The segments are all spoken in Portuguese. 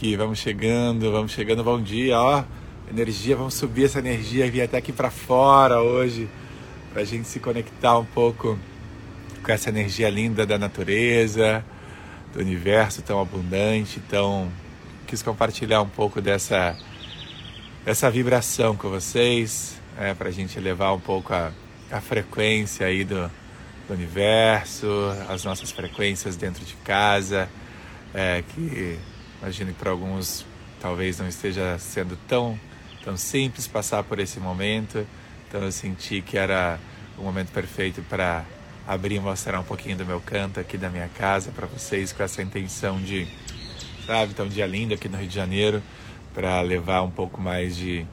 aqui, vamos chegando, bom dia, ó, energia, vamos subir essa energia e vir até aqui para fora hoje, pra gente se conectar um pouco com essa energia linda da natureza, do universo tão abundante. Então, quis compartilhar um pouco dessa vibração com vocês, pra gente elevar um pouco a frequência aí do universo, as nossas frequências dentro de casa, que imagino que para alguns talvez não esteja sendo tão simples passar por esse momento. Então eu senti que era o momento perfeito para abrir e mostrar um pouquinho do meu canto aqui da minha casa para vocês, com essa intenção de, sabe, tá um dia lindo aqui no Rio de Janeiro, para levar um pouco mais de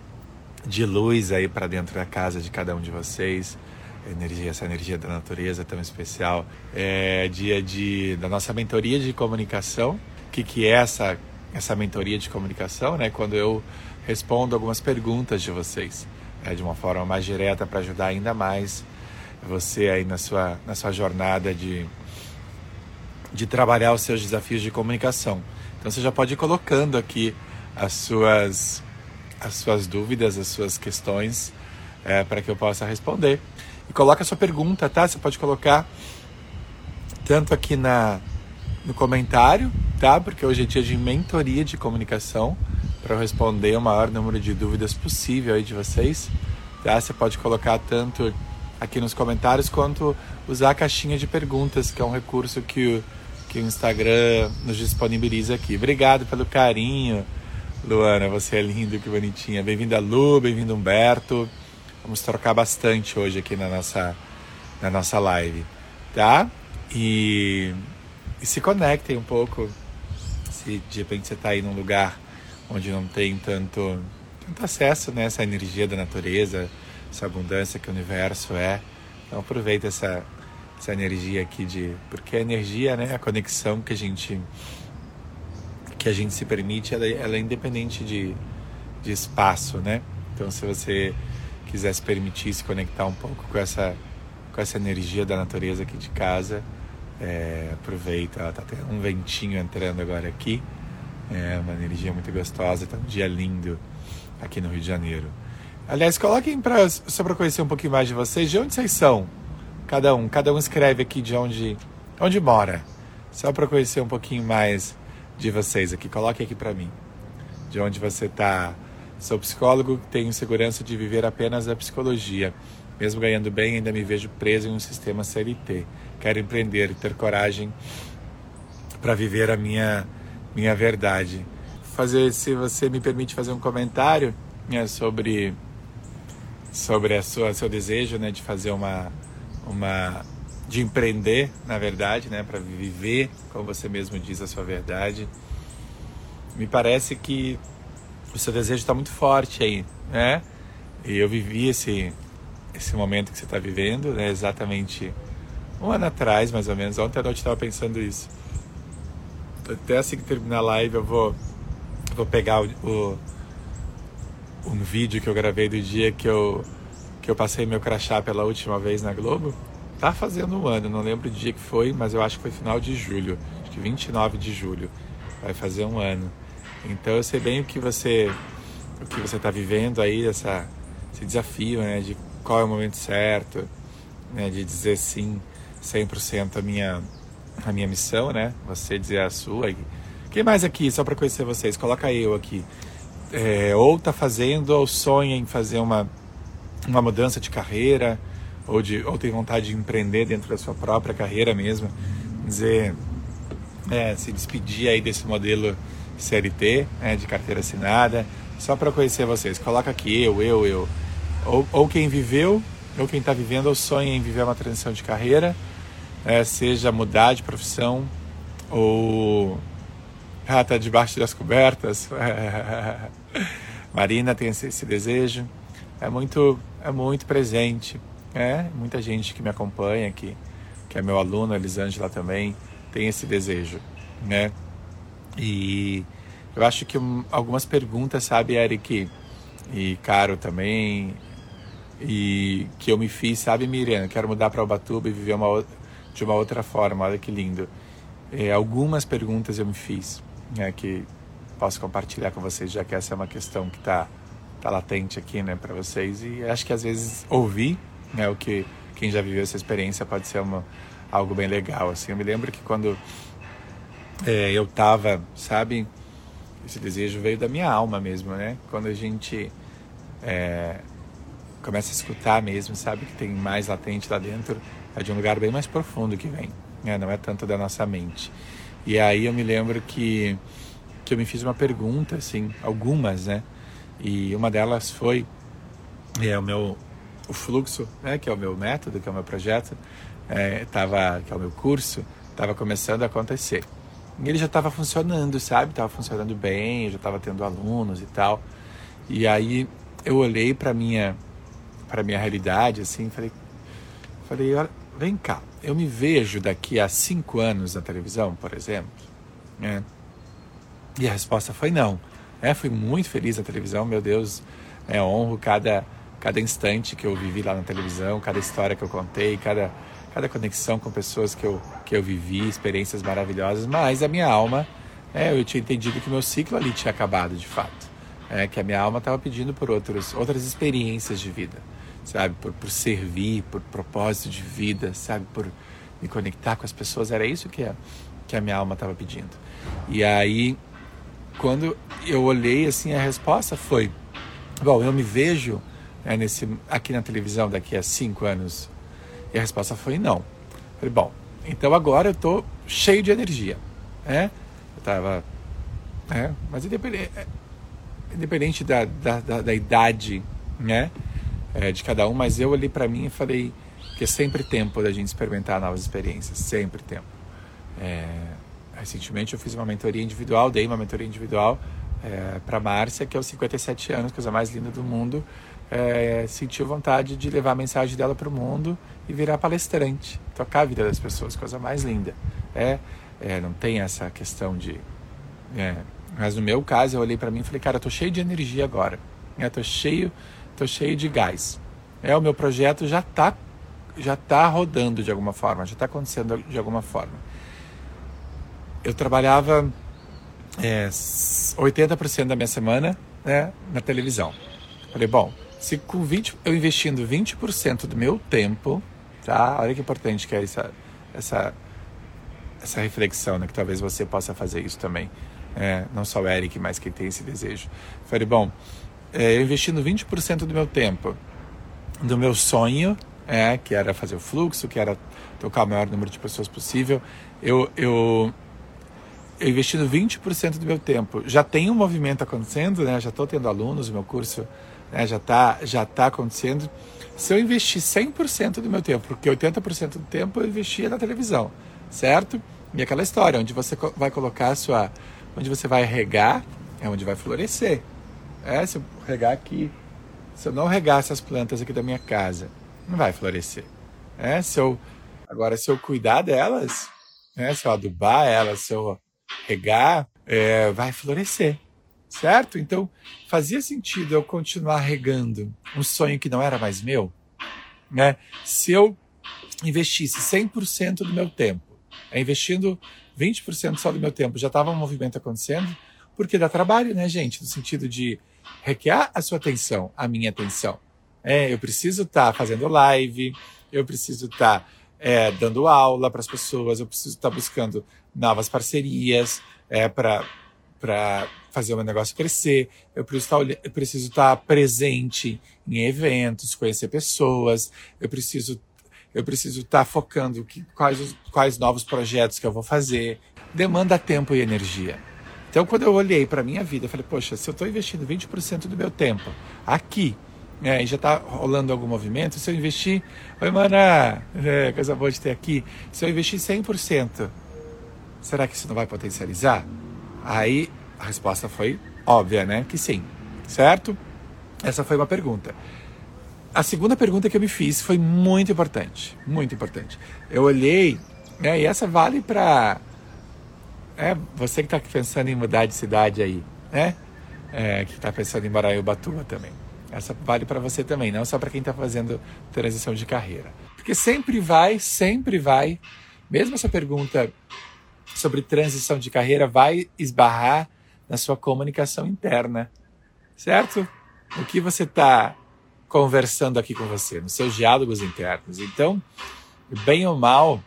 luz aí para dentro da casa de cada um de vocês. Essa energia da natureza tão especial. É dia da nossa mentoria de comunicação. O que é essa mentoria de comunicação, né? Quando eu respondo algumas perguntas de vocês, de uma forma mais direta, para ajudar ainda mais você aí na sua jornada de trabalhar os seus desafios de comunicação. Então você já pode ir colocando aqui as suas dúvidas, as suas questões, para que eu possa responder. E coloca a sua pergunta, tá? Você pode colocar tanto aqui no comentário, tá? Porque hoje é dia de mentoria de comunicação, para eu responder o maior número de dúvidas possível aí de vocês, tá? Você pode colocar tanto aqui nos comentários, quanto usar a caixinha de perguntas, que é um recurso que o Instagram nos disponibiliza aqui. Obrigado pelo carinho, Luana, você é lindo, que bonitinha. Bem-vinda, Lu, bem-vindo, Humberto. Vamos trocar bastante hoje aqui na nossa live, tá? E se conectem um pouco. Se de repente você está aí num lugar onde não tem tanto acesso, né? Essa energia da natureza, essa abundância que o universo é. Então aproveita essa energia aqui porque a energia, né? A conexão que a gente se permite, ela é independente de espaço, né? Então se você quiser se permitir se conectar um pouco com essa energia da natureza aqui de casa, aproveita. Tá tendo um ventinho entrando agora aqui, uma energia muito gostosa, tá um dia lindo aqui no Rio de Janeiro. Aliás, coloquem só para conhecer um pouquinho mais de vocês, de onde vocês são, cada um escreve aqui de onde mora, só para conhecer um pouquinho mais de vocês aqui. Coloque aqui para mim, de onde você está. Sou psicólogo, tenho segurança de viver apenas a psicologia. Mesmo ganhando bem, ainda me vejo preso em um sistema CLT. Quero empreender e ter coragem para viver a minha verdade. Se você me permite fazer um comentário, né, sobre seu desejo, né, de fazer de empreender, na verdade, né, para viver, como você mesmo diz, a sua verdade. Me parece que o seu desejo está muito forte aí, né? E eu vivi esse momento que você está vivendo, né? Exatamente um ano atrás, mais ou menos. Ontem à noite eu estava pensando isso. Até assim que terminar a live, eu vou pegar um vídeo que eu gravei do dia que eu passei meu crachá pela última vez na Globo. Tá fazendo um ano, não lembro o dia que foi, mas eu acho que foi final de julho. Acho que 29 de julho. Vai fazer um ano. Então eu sei bem o que você está vivendo aí, esse desafio, né, de qual é o momento certo, né, de dizer sim 100% a minha missão, né, você dizer a sua. Quem mais aqui, só para conhecer vocês, coloca eu aqui, ou está fazendo ou sonha em fazer uma mudança de carreira, ou tem vontade de empreender dentro da sua própria carreira mesmo, dizer, se despedir aí desse modelo CLT, de carteira assinada, só para conhecer vocês. Coloca aqui eu. Ou quem viveu, ou quem está vivendo, ou sonha em viver uma transição de carreira, seja mudar de profissão, ou tá debaixo das cobertas. Marina tem esse desejo. É muito presente. Muita gente que me acompanha, que é meu aluno, a Elisângela também, tem esse desejo, né? E eu acho que algumas perguntas, sabe, Eric e Caro também, e que eu me fiz, sabe, Miriam, quero mudar para Ubatuba e viver de uma outra forma, olha que lindo. Algumas perguntas eu me fiz, né, que posso compartilhar com vocês, já que essa é uma questão que tá latente aqui, né, para vocês. E acho que às vezes ouvir, né, o que quem já viveu essa experiência pode ser algo bem legal, assim. Eu me lembro que quando eu tava, sabe, esse desejo veio da minha alma mesmo, né? Quando a gente começa a escutar mesmo, sabe, que tem mais latente lá dentro, é de um lugar bem mais profundo que vem, né? Não é tanto da nossa mente. E aí eu me lembro que eu me fiz uma pergunta, assim, algumas, né? E uma delas foi o fluxo, né, que é o meu método, que é o meu projeto, que é o meu curso, estava começando a acontecer. E ele já estava funcionando, sabe? Estava funcionando bem, eu já estava tendo alunos e tal. E aí eu olhei para minha realidade, assim, falei, olha, vem cá, eu me vejo daqui a 5 anos na televisão, por exemplo, né? E a resposta foi não. Fui muito feliz na televisão, meu Deus, honro cada instante que eu vivi lá na televisão, cada história que eu contei, cada conexão com pessoas que eu vivi, experiências maravilhosas, mas a minha alma, eu tinha entendido que o meu ciclo ali tinha acabado de fato, que a minha alma estava pedindo por outras experiências de vida, sabe, por servir, por propósito de vida, sabe, por me conectar com as pessoas, era isso que a minha alma estava pedindo. E aí, quando eu olhei, assim, a resposta foi, bom, eu me vejo aqui na televisão daqui a 5 anos. E a resposta foi não. Falei, bom, então agora eu tô cheio de energia, Eu tava, mas independente da idade, né, de cada um, mas eu olhei para mim e falei que é sempre tempo da gente experimentar novas experiências, sempre tempo. Recentemente eu fiz uma mentoria individual, dei uma mentoria individual para a Márcia, que aos 57 anos, coisa mais linda do mundo, sentiu vontade de levar a mensagem dela para o mundo e virar palestrante, tocar a vida das pessoas, coisa mais linda. Não tem essa questão de... mas no meu caso, eu olhei para mim e falei, cara, eu tô cheio de energia agora, tô cheio de gás. O meu projeto já tá rodando de alguma forma, já está acontecendo de alguma forma. Eu trabalhava 80% da minha semana, na televisão. Falei, bom, se com eu investindo 20% do meu tempo, tá? Olha que importante que é essa reflexão, né? Que talvez você possa fazer isso também. Não só o Eric, mas quem tem esse desejo. Falei, bom, eu investindo 20% do meu tempo, do meu sonho, que era fazer o fluxo, que era tocar o maior número de pessoas possível, eu investindo 20% do meu tempo, já tem um movimento acontecendo, né? Já estou tendo alunos, o meu curso já tá acontecendo. Se eu investir 100% do meu tempo, porque 80% do tempo eu investia na televisão, certo? E aquela história, onde você vai colocar onde você vai regar, é onde vai florescer. Se eu regar aqui, se eu não regar essas plantas aqui da minha casa, não vai florescer. Se eu cuidar delas, se eu adubar elas, se eu regar, vai florescer, certo? Então, fazia sentido eu continuar regando um sonho que não era mais meu, né? Se eu investisse 100% do meu tempo, investindo 20% só do meu tempo, já estava um movimento acontecendo, porque dá trabalho, né, gente? No sentido de requer a sua atenção, a minha atenção. Eu preciso estar fazendo live, eu preciso estar dando aula para as pessoas, eu preciso estar buscando novas parcerias para fazer o meu negócio crescer, eu preciso estar presente em eventos, conhecer pessoas, eu preciso estar focando quais novos projetos que eu vou fazer. Demanda tempo e energia. Então, quando eu olhei para a minha vida, eu falei, poxa, se eu estou investindo 20% do meu tempo aqui, e já está rolando algum movimento, se eu investir... Oi, mana! Coisa boa de ter aqui. Se eu investir 100%, será que isso não vai potencializar? Aí, a resposta foi óbvia, né? Que sim, certo? Essa foi uma pergunta. A segunda pergunta que eu me fiz foi muito importante, muito importante. Eu olhei, e essa vale para... você que está pensando em mudar de cidade aí, né? Que está pensando em morar em Ubatuba também. Essa vale para você também, não só para quem está fazendo transição de carreira. Porque sempre vai, mesmo essa pergunta sobre transição de carreira vai esbarrar na sua comunicação interna, certo? O que você está conversando aqui com você, nos seus diálogos internos. Então, bem ou mal,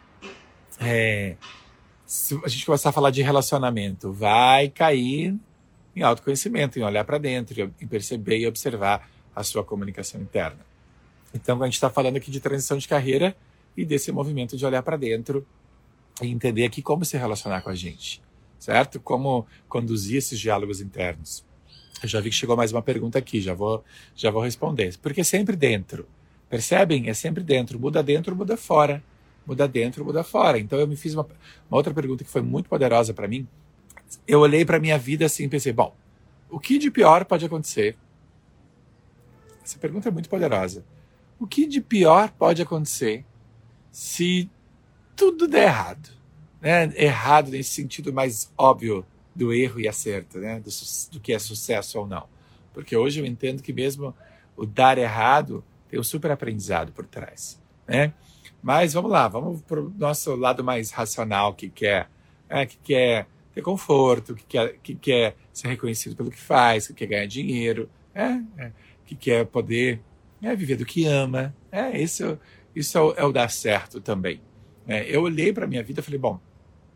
se a gente começar a falar de relacionamento, vai cair em autoconhecimento, em olhar para dentro, em perceber e observar a sua comunicação interna. Então, a gente está falando aqui de transição de carreira e desse movimento de olhar para dentro e entender aqui como se relacionar com a gente, certo? Como conduzir esses diálogos internos. Eu já vi que chegou mais uma pergunta aqui, já vou responder. Porque sempre dentro, percebem? É sempre dentro, muda fora. Muda dentro, muda fora. Então eu me fiz uma outra pergunta que foi muito poderosa para mim. Eu olhei para a minha vida assim e pensei, bom, o que de pior pode acontecer? Essa pergunta é muito poderosa. O que de pior pode acontecer se tudo der errado? Né? Errado nesse sentido mais óbvio do erro e acerto, né? Do que é sucesso ou não. Porque hoje eu entendo que mesmo o dar errado tem um super aprendizado por trás, né? Mas vamos lá, vamos para o nosso lado mais racional, que quer ter conforto, que quer ser reconhecido pelo que faz, que quer ganhar dinheiro, que quer poder viver do que ama. Isso é o dar certo também. Eu olhei para a minha vida e falei, bom,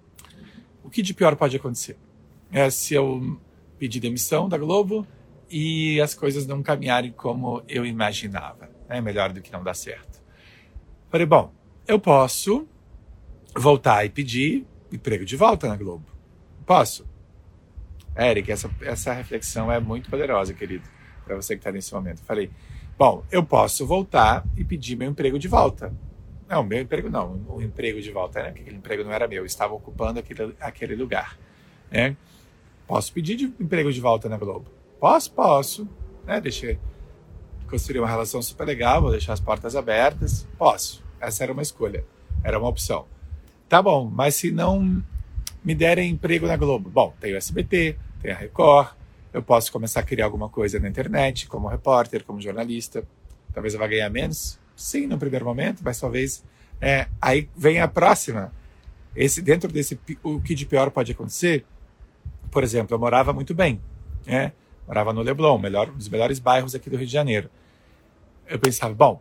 o que de pior pode acontecer? Se eu pedir demissão da Globo e as coisas não caminharem como eu imaginava. É melhor do que não dar certo. Falei, bom, eu posso voltar e pedir emprego de volta na Globo. Posso? Eric, essa reflexão é muito poderosa, querido, para você que está nesse momento. Falei, bom, eu posso voltar e pedir meu emprego de volta. Não, meu emprego não, o emprego de volta, né? Porque aquele emprego não era meu, eu estava ocupando aquele lugar, né? Posso pedir emprego de volta na Globo? Posso, né? Deixei construir uma relação super legal, vou deixar as portas abertas. Posso. Essa era uma escolha, era uma opção. Tá bom, mas se não me derem emprego na Globo? Bom, tem o SBT, tem a Record, eu posso começar a criar alguma coisa na internet, como repórter, como jornalista. Talvez eu vá ganhar menos. Sim, no primeiro momento, mas talvez... aí vem a próxima. Dentro desse o que de pior pode acontecer, por exemplo, eu morava muito bem, né? Morava no Leblon, um dos melhores bairros aqui do Rio de Janeiro. Eu pensava, bom,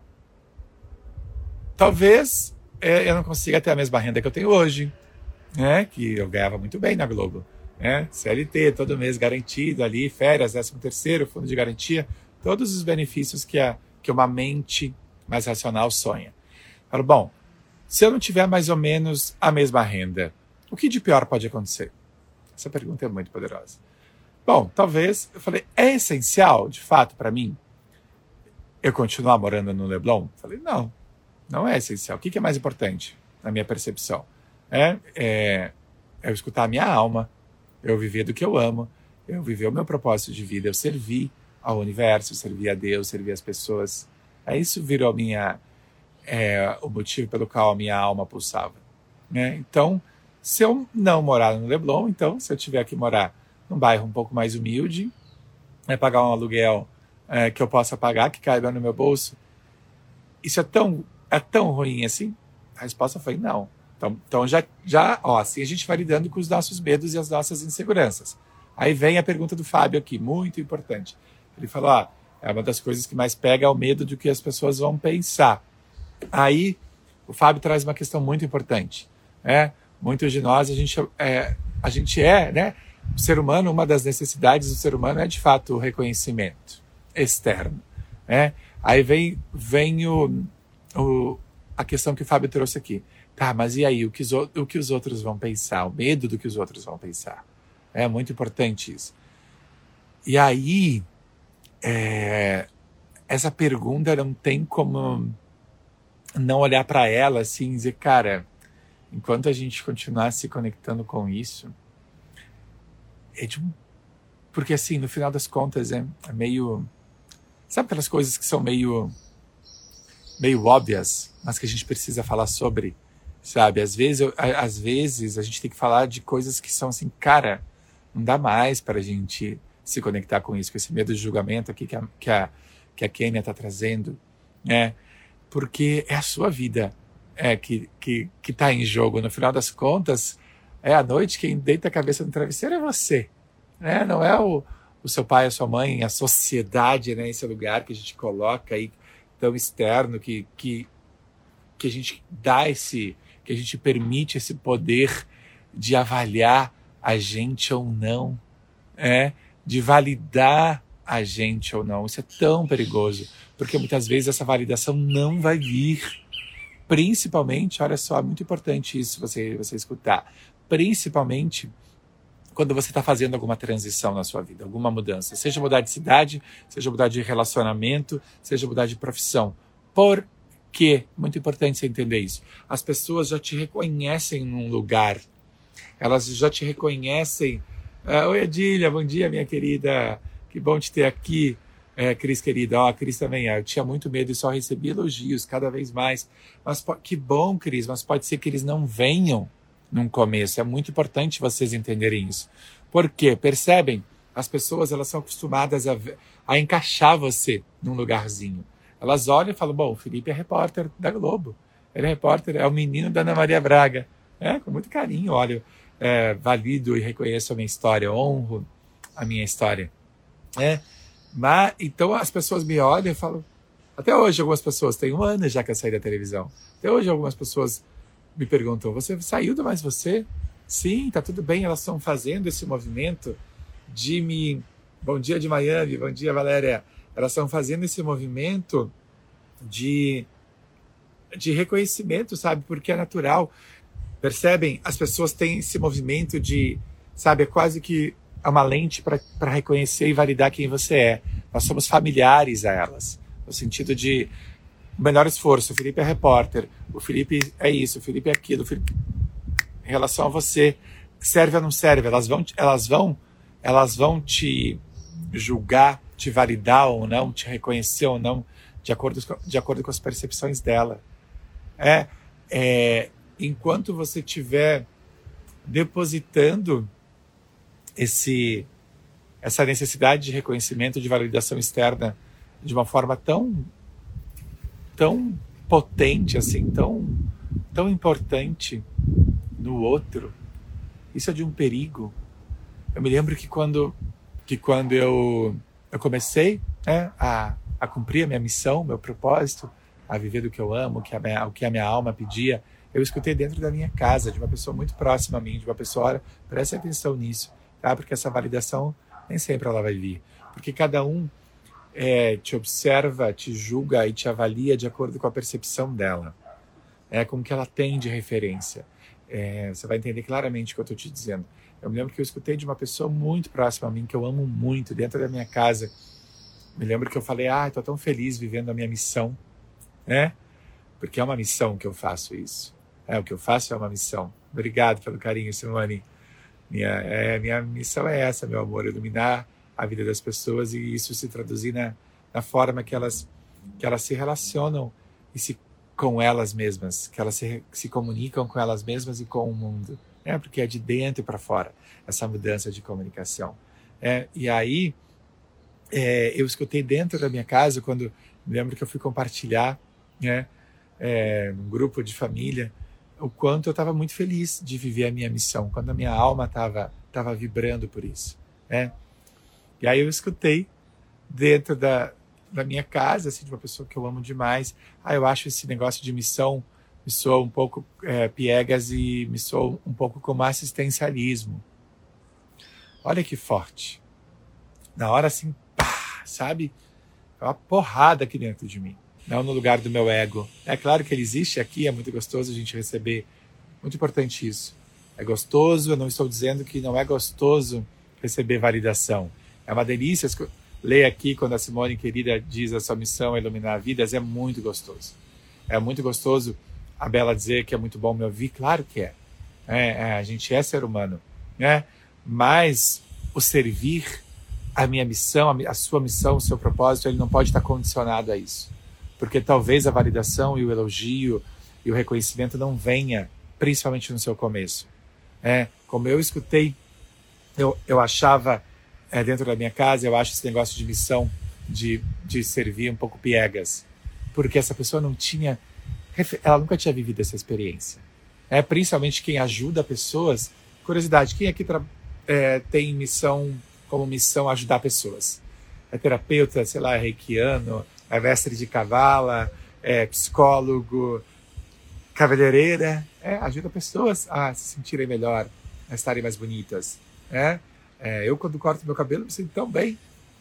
talvez eu não consiga ter a mesma renda que eu tenho hoje, né? Que eu ganhava muito bem na Globo, né? CLT, todo mês garantido ali, férias, 13º, fundo de garantia, todos os benefícios que uma mente mais racional sonha. Falo, bom, se eu não tiver mais ou menos a mesma renda, o que de pior pode acontecer? Essa pergunta é muito poderosa. Bom, talvez, eu falei, é essencial, de fato, para mim, eu continuar morando no Leblon? Falei, não é essencial. O que é mais importante, na minha percepção? Eu escutar a minha alma, eu viver do que eu amo, eu viver o meu propósito de vida, eu servir ao universo, servir a Deus, servir as pessoas. Isso virou o motivo pelo qual a minha alma pulsava, né? Então, se eu não morar no Leblon, então, se eu tiver que morar num bairro um pouco mais humilde, pagar um aluguel que eu possa pagar, que caiba no meu bolso, isso é tão ruim assim? A resposta foi não. Então já assim a gente vai lidando com os nossos medos e as nossas inseguranças. Aí vem a pergunta do Fábio aqui, muito importante. Ele falou, uma das coisas que mais pega é o medo do que as pessoas vão pensar. Aí o Fábio traz uma questão muito importante, né? Muitos de nós, a gente né? O ser humano, uma das necessidades do ser humano é de fato o reconhecimento externo, né? Aí vem a questão que o Fábio trouxe aqui. Tá, mas e aí, o que os outros vão pensar? O medo do que os outros vão pensar. É muito importante isso. E aí, essa pergunta não tem como não olhar para ela assim e dizer, cara, enquanto a gente continuar se conectando com isso, porque assim, no final das contas, é meio... Sabe aquelas coisas que são meio óbvias, mas que a gente precisa falar sobre, sabe? Às vezes a gente tem que falar de coisas que são assim, cara, não dá mais para a gente se conectar com isso, com esse medo de julgamento aqui que a Kênia está trazendo, né? Porque é a sua vida que está em jogo. No final das contas, à noite quem deita a cabeça no travesseiro é você, né? Não é o seu pai, a sua mãe, a sociedade, né? Esse lugar que a gente coloca aí tão externo, que a gente dá que a gente permite esse poder de avaliar a gente ou não, de validar a gente ou não. Isso é tão perigoso, porque muitas vezes essa validação não vai vir. Principalmente, olha só, é muito importante isso você escutar, principalmente quando você está fazendo alguma transição na sua vida, alguma mudança, seja mudar de cidade, seja mudar de relacionamento, seja mudar de profissão. Por quê? Muito importante você entender isso. As pessoas já te reconhecem num lugar, elas já te reconhecem. Oi, Adília, bom dia, minha querida, que bom te ter aqui. Cris, querida, a Cris também, eu tinha muito medo e só recebi elogios cada vez mais. Mas que bom, Cris, mas pode ser que eles não venham num começo. É muito importante vocês entenderem isso. Por quê? Percebem? As pessoas, elas são acostumadas a encaixar você num lugarzinho. Elas olham e falam, bom, o Felipe é repórter da Globo. Ele é repórter, é o menino da Ana Maria Braga. Com muito carinho, olho, valido e reconheço a minha história, honro a minha história. Mas, então as pessoas me olham e falam, até hoje algumas pessoas, tem 1 ano já que eu saí da televisão, até hoje algumas pessoas me perguntam, você saiu do Mais Você? Sim, tá tudo bem, elas estão fazendo esse movimento de me... Bom dia de Miami, bom dia Valéria. Elas estão fazendo esse movimento de reconhecimento, sabe, porque é natural. Percebem? As pessoas têm esse movimento de, sabe, é quase que uma lente para reconhecer e validar quem você é. Nós somos familiares a elas, no sentido de menor esforço. O Felipe é repórter, o Felipe é isso, o Felipe é aquilo. Em relação a você, serve ou não serve? Elas vão te julgar, te validar ou não, te reconhecer ou não, de acordo com as percepções dela. Enquanto você estiver depositando essa necessidade de reconhecimento, de validação externa de uma forma tão potente, assim, tão importante no outro, isso é de um perigo. Eu me lembro que quando eu comecei a cumprir a minha missão, meu propósito, a viver do que eu amo, o que a minha alma pedia, eu escutei dentro da minha casa, de uma pessoa muito próxima a mim, de uma pessoa, olha, preste atenção nisso, tá? Porque essa validação nem sempre ela vai vir. Porque cada um te observa, te julga e te avalia de acordo com a percepção dela. Com o que ela tem de referência. Você vai entender claramente o que eu estou te dizendo. Eu me lembro que eu escutei de uma pessoa muito próxima a mim, que eu amo muito, dentro da minha casa. Me lembro que eu falei, estou tão feliz vivendo a minha missão. Porque é uma missão que eu faço isso. O que eu faço é uma missão. Obrigado pelo carinho, Simone. Minha missão é essa, meu amor, iluminar a vida das pessoas e isso se traduzir na forma que elas se relacionam com elas mesmas, que elas se comunicam com elas mesmas e com o mundo. Porque é de dentro para fora, essa mudança de comunicação. E aí, eu escutei dentro da minha casa, quando me lembro que eu fui compartilhar, num grupo de família, o quanto eu estava muito feliz de viver a minha missão, quando a minha alma estava vibrando por isso. E aí eu escutei dentro da minha casa, assim, de uma pessoa que eu amo demais, eu acho esse negócio de missão me soa um pouco piegas e me soa um pouco como assistencialismo. Olha que forte. Na hora assim, pá, sabe? É uma porrada aqui dentro de mim. Não no lugar do meu ego. É claro que ele existe aqui, é muito gostoso a gente receber. Muito importante isso. É gostoso, eu não estou dizendo que não é gostoso receber validação. É uma delícia. Ler aqui quando a Simone querida diz a sua missão é iluminar vidas, é muito gostoso. É muito gostoso a Bela dizer que é muito bom me ouvir, claro que é. A gente é ser humano. Mas o servir, a minha missão, a sua missão, o seu propósito, ele não pode estar condicionado a isso. Porque talvez a validação e o elogio e o reconhecimento não venha, principalmente no seu começo. Como eu escutei, eu achava, dentro da minha casa, eu acho esse negócio de missão, de servir um pouco piegas. Porque essa pessoa ela nunca tinha vivido essa experiência. Principalmente quem ajuda pessoas. Curiosidade, quem aqui tem como missão ajudar pessoas. É terapeuta, sei lá, reikiano, é mestre de cavala, é psicólogo, cabeleireira, ajuda pessoas a se sentirem melhor, a estarem mais bonitas. Eu, quando corto meu cabelo, me sinto tão bem.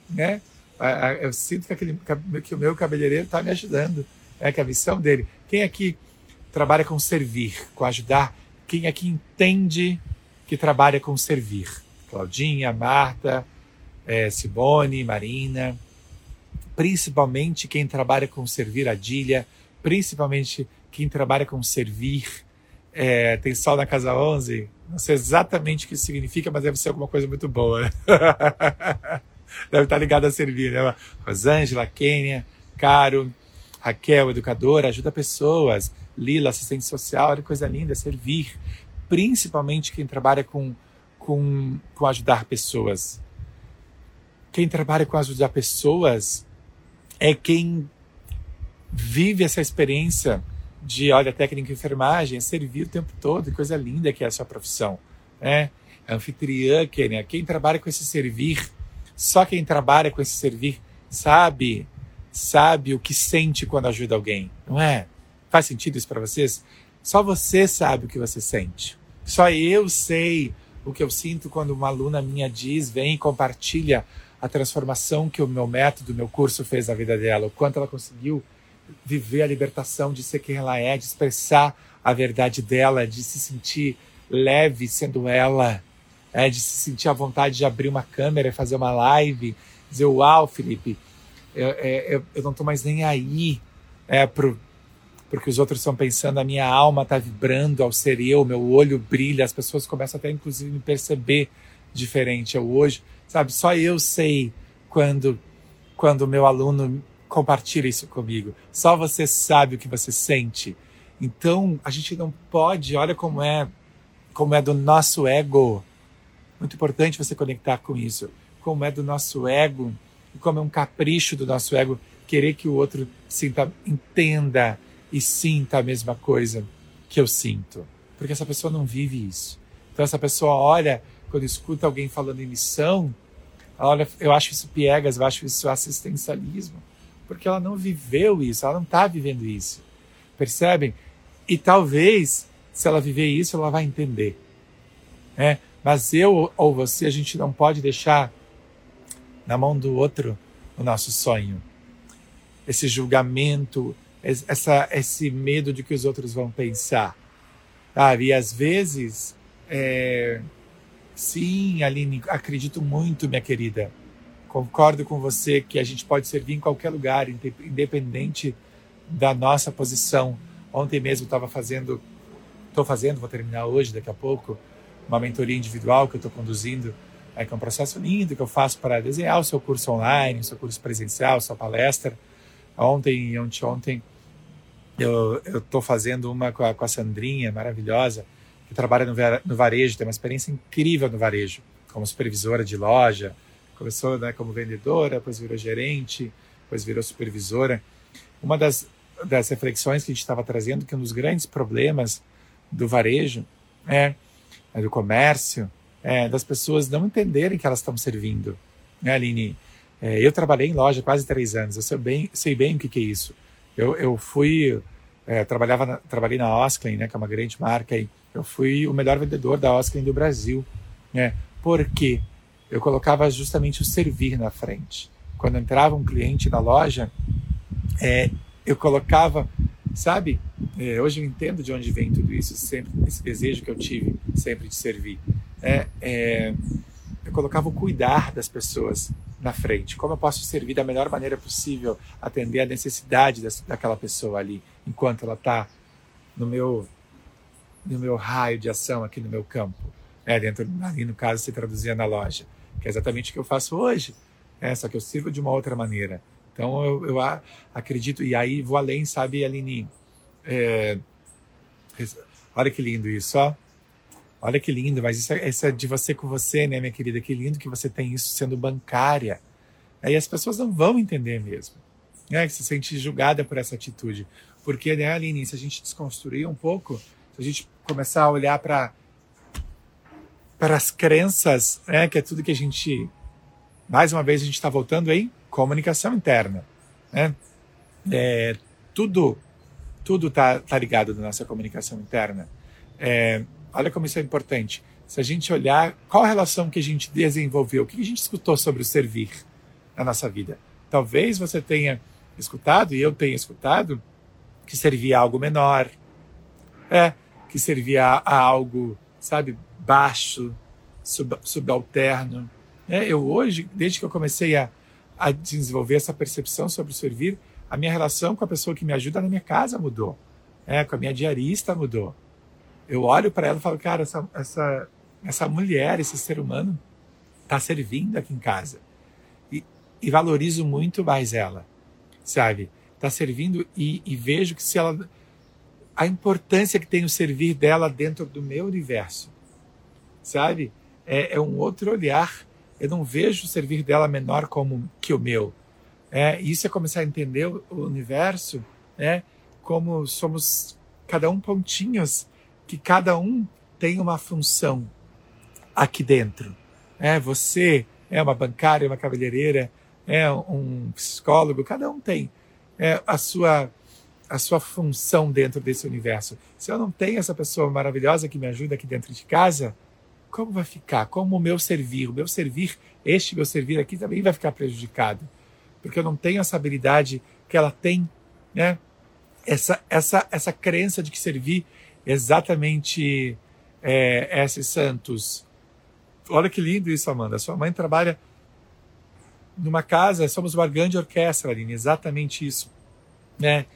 Eu sinto que o meu cabeleireiro está me ajudando. Que a missão dele. Quem aqui trabalha com servir, com ajudar? Quem aqui entende que trabalha com servir? Claudinha, Marta, Simone, Marina. Principalmente quem trabalha com servir, Adília. Principalmente quem trabalha com servir. Tem sol na casa 11. Não sei exatamente o que isso significa, mas deve ser alguma coisa muito boa. Deve estar ligado a servir, né? Rosângela, Kênia, Caro, Raquel, educadora, ajuda pessoas. Lila, assistente social, olha que coisa linda, servir. Principalmente quem trabalha com ajudar pessoas. Quem trabalha com ajudar pessoas é quem vive essa experiência de, olha, técnica de enfermagem, é servir o tempo todo, que coisa linda que é a sua profissão. Anfitriã, Kênia, quem trabalha com esse servir, só quem trabalha com esse servir sabe o que sente quando ajuda alguém, não é? Faz sentido isso para vocês? Só você sabe o que você sente. Só eu sei o que eu sinto quando uma aluna minha vem e compartilha a transformação que o meu método, o meu curso fez na vida dela, o quanto ela conseguiu viver a libertação de ser quem ela é, de expressar a verdade dela, de se sentir leve sendo ela, de se sentir à vontade de abrir uma câmera e fazer uma live, dizer, uau, Felipe, eu não estou mais nem aí porque os outros estão pensando, a minha alma está vibrando ao ser eu, meu olho brilha, as pessoas começam até inclusive me perceber diferente. Hoje, sabe, só eu sei quando o meu aluno compartilha isso comigo. Só você sabe o que você sente. Então, a gente não pode, olha como é do nosso ego. Muito importante você conectar com isso. Como é do nosso ego, e como é um capricho do nosso ego querer que o outro entenda e sinta a mesma coisa que eu sinto. Porque essa pessoa não vive isso. Então essa pessoa olha, quando escuta alguém falando em missão, olha, eu acho isso piegas, eu acho isso assistencialismo. Porque ela não viveu isso, ela não está vivendo isso. Percebem? E talvez, se ela viver isso, ela vai entender. Mas eu ou você, a gente não pode deixar na mão do outro o nosso sonho. Esse julgamento, esse medo de que os outros vão pensar. E às vezes, sim, Aline, acredito muito, minha querida. Concordo com você que a gente pode servir em qualquer lugar, independente da nossa posição. Ontem mesmo estou fazendo, vou terminar hoje, daqui a pouco, uma mentoria individual que eu estou conduzindo, que é um processo lindo que eu faço para desenhar o seu curso online, o seu curso presencial, sua palestra. Ontem e anteontem eu estou fazendo uma com a Sandrinha, maravilhosa, que trabalha no varejo, tem uma experiência incrível no varejo, como supervisora de loja. Começou como vendedora, depois virou gerente, depois virou supervisora. Uma das reflexões que a gente estava trazendo, que um dos grandes problemas do varejo, do comércio, das pessoas não entenderem que elas estão servindo. Aline? Eu trabalhei em loja quase 3 anos, eu sei bem o que é isso. Eu trabalhei na Osklen, que é uma grande marca, e eu fui o melhor vendedor da Osklen do Brasil. Por quê? Eu colocava justamente o servir na frente. Quando entrava um cliente na loja, eu colocava, sabe? Hoje eu entendo de onde vem tudo isso, sempre esse desejo que eu tive sempre de servir. Eu colocava o cuidar das pessoas na frente. Como eu posso servir da melhor maneira possível, atender a necessidade daquela pessoa ali, enquanto ela está no meu raio de ação aqui no meu campo. Ali no caso se traduzia na loja, que é exatamente o que eu faço hoje, só que eu sirvo de uma outra maneira. Então eu acredito, e aí vou além, sabe, Aline? Olha que lindo isso, ó. Olha que lindo, mas isso é de você com você, né, minha querida? Que lindo que você tem isso sendo bancária. Aí as pessoas não vão entender mesmo, que se sente julgada por essa atitude. Porque, né, Aline, se a gente desconstruir um pouco, se a gente começar a olhar para para as crenças, né, que é tudo que a gente, mais uma vez, a gente está voltando em comunicação interna. Né? Tudo tá ligado na nossa comunicação interna. Olha como isso é importante. Se a gente olhar qual a relação que a gente desenvolveu, o que a gente escutou sobre o servir na nossa vida. Talvez você tenha escutado, e eu tenha escutado, que servia a algo menor, que servia a algo, sabe, baixo, subalterno. Eu hoje, desde que eu comecei a desenvolver essa percepção sobre o servir, a minha relação com a pessoa que me ajuda na minha casa mudou. Com a minha diarista mudou. Eu olho para ela e falo, cara, essa mulher, esse ser humano, está servindo aqui em casa. E valorizo muito mais ela, sabe? Está servindo e vejo que a importância que tem o servir dela dentro do meu universo, sabe? É um outro olhar. Eu não vejo o servir dela menor como que o meu. Isso é começar a entender o universo, como somos cada um pontinhos, que cada um tem uma função aqui dentro. Você é uma bancária, uma cabeleireira, um psicólogo, cada um tem a sua função dentro desse universo. Se eu não tenho essa pessoa maravilhosa que me ajuda aqui dentro de casa, como vai ficar? Como o meu servir este meu servir aqui também vai ficar prejudicado. Porque eu não tenho essa habilidade que ela tem, né? Essa crença de que servir exatamente esses santos. Olha que lindo isso, Amanda. Sua mãe trabalha numa casa, somos uma grande orquestra, Aline, exatamente isso. Né?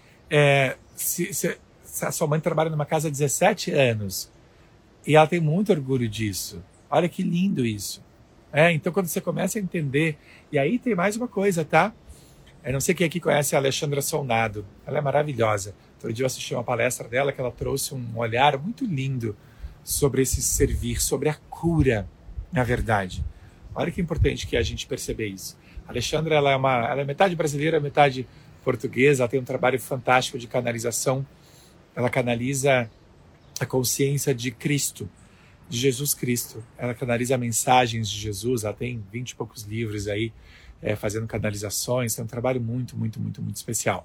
Se a sua mãe trabalha numa casa há 17 anos e ela tem muito orgulho disso. Olha que lindo isso. Então, quando você começa a entender... E aí tem mais uma coisa, tá? Eu não sei quem aqui conhece a Alexandra Solnado. Ela é maravilhosa. Outro dia eu assisti uma palestra dela que ela trouxe um olhar muito lindo sobre esse servir, sobre a cura, na verdade. Olha que importante que a gente perceber isso. A Alexandra, ela é metade brasileira, metade portuguesa. Ela tem um trabalho fantástico de canalização. Ela canaliza a consciência de Cristo, de Jesus Cristo. Ela canaliza mensagens de Jesus. Ela tem 20 e poucos livros aí, fazendo canalizações. É um trabalho muito, muito, muito, muito especial.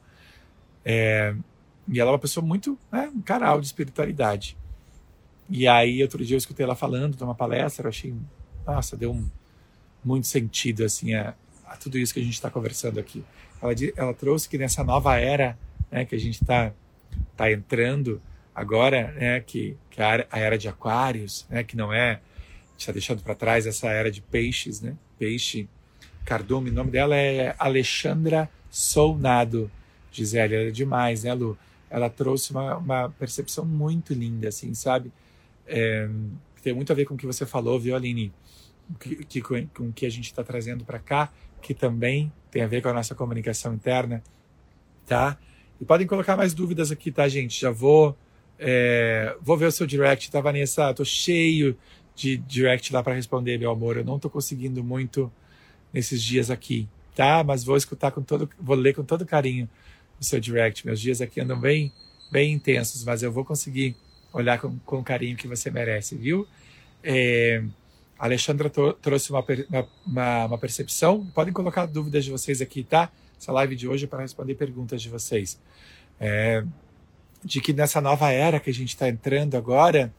E ela é uma pessoa muito, um canal de espiritualidade. E aí, outro dia eu escutei ela falando numa palestra, eu achei, nossa, deu muito sentido assim, a tudo isso que a gente está conversando aqui. Ela trouxe que nessa nova era, que a gente está entrando agora, que a era de Aquários, que não é, a gente está deixando para trás essa era de peixes, peixe, cardume, o nome dela é Alexandra Solnado, Gisele, ela é demais, né, Lu? Ela trouxe uma percepção muito linda, assim, sabe? Tem muito a ver com o que você falou, viu, Aline? Com o que a gente está trazendo para cá, que também tem a ver com a nossa comunicação interna, tá? E podem colocar mais dúvidas aqui, tá, gente? Já vou ver o seu direct, tá, Vanessa? Tô cheio de direct lá para responder, meu amor. Eu não tô conseguindo muito nesses dias aqui, tá? Mas vou ler com todo carinho o seu direct. Meus dias aqui andam bem, bem intensos, mas eu vou conseguir olhar com o carinho que você merece, viu? A Alexandra trouxe uma percepção. Podem colocar dúvidas de vocês aqui, tá? Essa live de hoje é para responder perguntas de vocês. De que nessa nova era que a gente está entrando agora,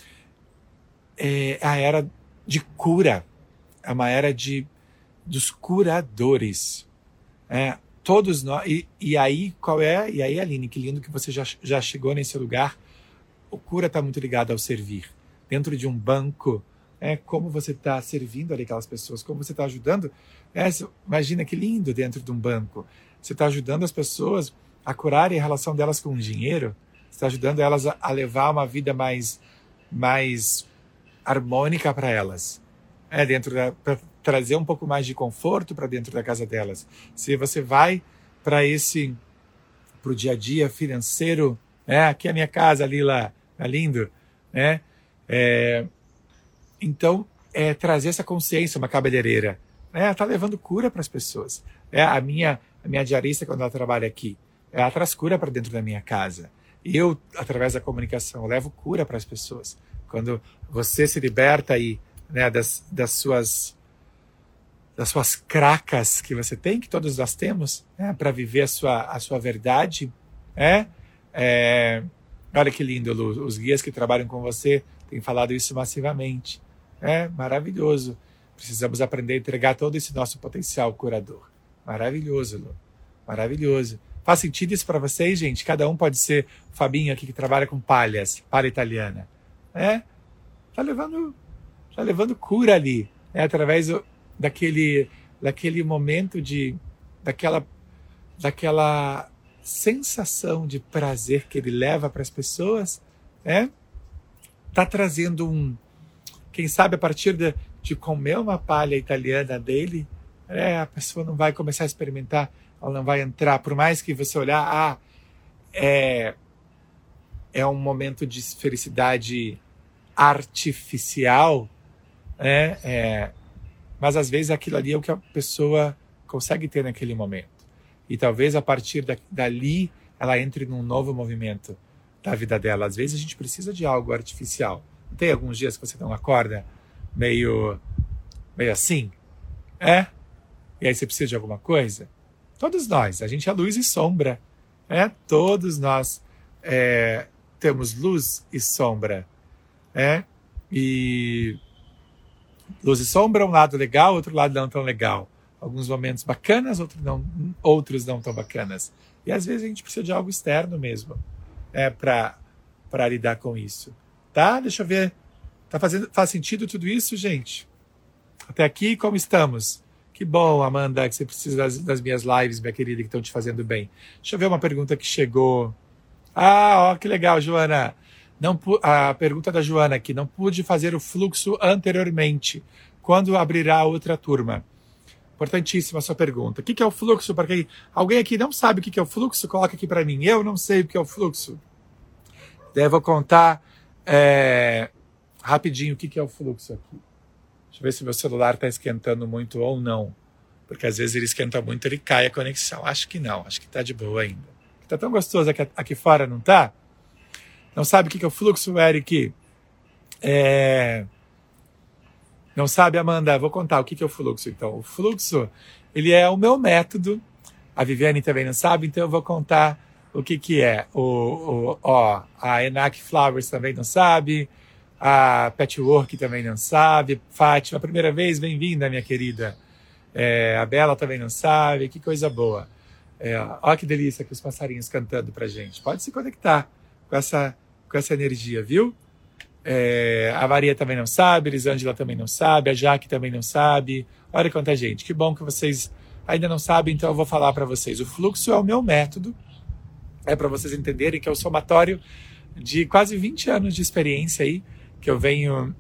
é a era de cura. É uma era dos curadores. Todos nós. E aí, qual é? E aí, Aline, que lindo que você já chegou nesse lugar. O cura está muito ligado ao servir. Dentro de um banco, como você está servindo ali aquelas pessoas, como você está ajudando. Imagina que lindo dentro de um banco. Você está ajudando as pessoas a curarem a relação delas com o dinheiro. Você está ajudando elas a levar uma vida mais harmônica para elas. Para trazer um pouco mais de conforto para dentro da casa delas. Se você vai para o dia a dia financeiro, aqui é a minha casa, Lila, é lindo, então, trazer essa consciência, uma cabeleireira, tá levando cura para as pessoas. A minha diarista, quando ela trabalha aqui, ela traz cura para dentro da minha casa. Eu, através da comunicação, levo cura para as pessoas. Quando você se liberta e né, das suas cracas que você tem, que todos nós temos, né, para viver a sua verdade. Olha que lindo, Lu, os guias que trabalham com você têm falado isso massivamente. É maravilhoso. Precisamos aprender a entregar todo esse nosso potencial curador. Maravilhoso, Lu. Maravilhoso. Faz sentido isso para vocês, gente? Cada um pode ser o Fabinho aqui que trabalha com palha italiana. Tá levando cura ali. Através daquele momento daquela sensação de prazer que ele leva para as pessoas. Tá trazendo quem sabe a partir de comer uma palha italiana dele, a pessoa não vai começar a experimentar, ela não vai entrar, por mais que você olhar, é um momento de felicidade artificial, mas às vezes aquilo ali é o que a pessoa consegue ter naquele momento. E talvez a partir dali ela entre num novo movimento da vida dela. Às vezes a gente precisa de algo artificial. Tem alguns dias que você não acorda meio assim? E aí você precisa de alguma coisa? Todos nós, a gente é luz e sombra. Todos nós temos luz e sombra. E luz e sombra, um lado legal, outro lado não tão legal. Alguns momentos bacanas, outros não tão bacanas. E às vezes a gente precisa de algo externo mesmo para lidar com isso. Tá? Deixa eu ver. Faz sentido tudo isso, gente? Até aqui, como estamos? Que bom, Amanda, que você precisa das minhas lives, minha querida, que estão te fazendo bem. Deixa eu ver uma pergunta que chegou. Que legal, Joana. A pergunta da Joana aqui. Não pude fazer o fluxo anteriormente. Quando abrirá outra turma? Importantíssima a sua pergunta. O que é o fluxo? Para quem alguém aqui não sabe o que é o fluxo, coloca aqui para mim. Eu não sei o que é o fluxo. Daí eu vou contar rapidinho o que é o fluxo aqui. Deixa eu ver se meu celular está esquentando muito ou não. Porque às vezes ele esquenta muito, ele cai a conexão. Acho que não, acho que está de boa ainda. Está tão gostoso aqui fora, não está? Não sabe o que é o fluxo, Eric? Não sabe, Amanda? Vou contar o que é o fluxo. Então, o fluxo, ele é o meu método. A Viviane também não sabe, então eu vou contar o que é. A Enac Flowers também não sabe. A Patchwork também não sabe. Fátima, primeira vez, bem-vinda, minha querida. A Bela também não sabe. Que coisa boa. Olha que delícia que os passarinhos cantando pra gente. Pode se conectar com essa energia, viu? A Maria também não sabe, a Elisângela também não sabe, a Jaque também não sabe. Olha quanta gente. Que bom que vocês ainda não sabem, então eu vou falar para vocês. O fluxo é o meu método. Para vocês entenderem que é o somatório de quase 20 anos de experiência aí, que eu venho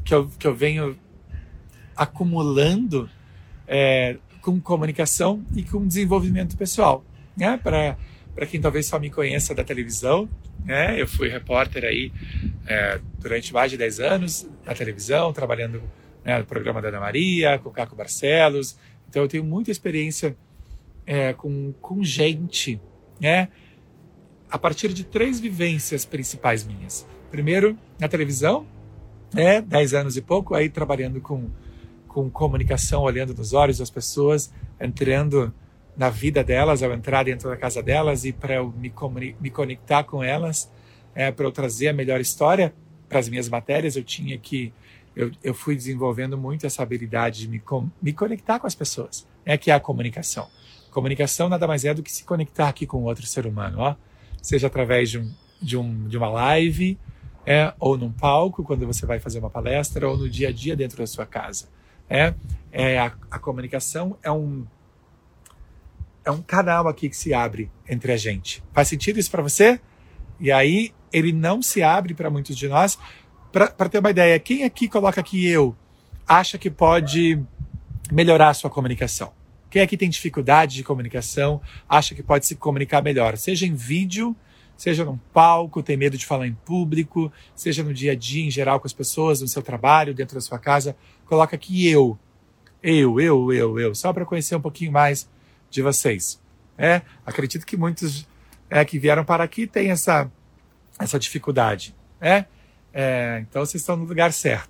acumulando com comunicação e com desenvolvimento pessoal. Para quem talvez só me conheça da televisão, eu fui repórter aí durante mais de 10 anos na televisão, trabalhando no programa da Ana Maria, com o Caco Barcelos. Então eu tenho muita experiência com gente, a partir de 3 vivências principais minhas. Primeiro, na televisão, 10 anos e pouco, aí trabalhando com comunicação, olhando nos olhos das pessoas, entrando na vida delas, ao entrar dentro da casa delas e para eu me conectar com elas, para eu trazer a melhor história para as minhas matérias, eu fui desenvolvendo muito essa habilidade de me conectar com as pessoas, que é a comunicação. Comunicação nada mais é do que se conectar aqui com outro ser humano, seja através de uma live, ou num palco, quando você vai fazer uma palestra, ou no dia a dia dentro da sua casa. A comunicação é um canal aqui que se abre entre a gente. Faz sentido isso para você? E aí, ele não se abre para muitos de nós. Para ter uma ideia, quem aqui coloca aqui acha que pode melhorar a sua comunicação? Quem aqui tem dificuldade de comunicação, acha que pode se comunicar melhor? Seja em vídeo, seja num palco, tem medo de falar em público, seja no dia a dia, em geral, com as pessoas, no seu trabalho, dentro da sua casa. Coloca aqui eu, só para conhecer um pouquinho mais de vocês. Acredito que muitos que vieram para aqui têm essa dificuldade. Então vocês estão no lugar certo.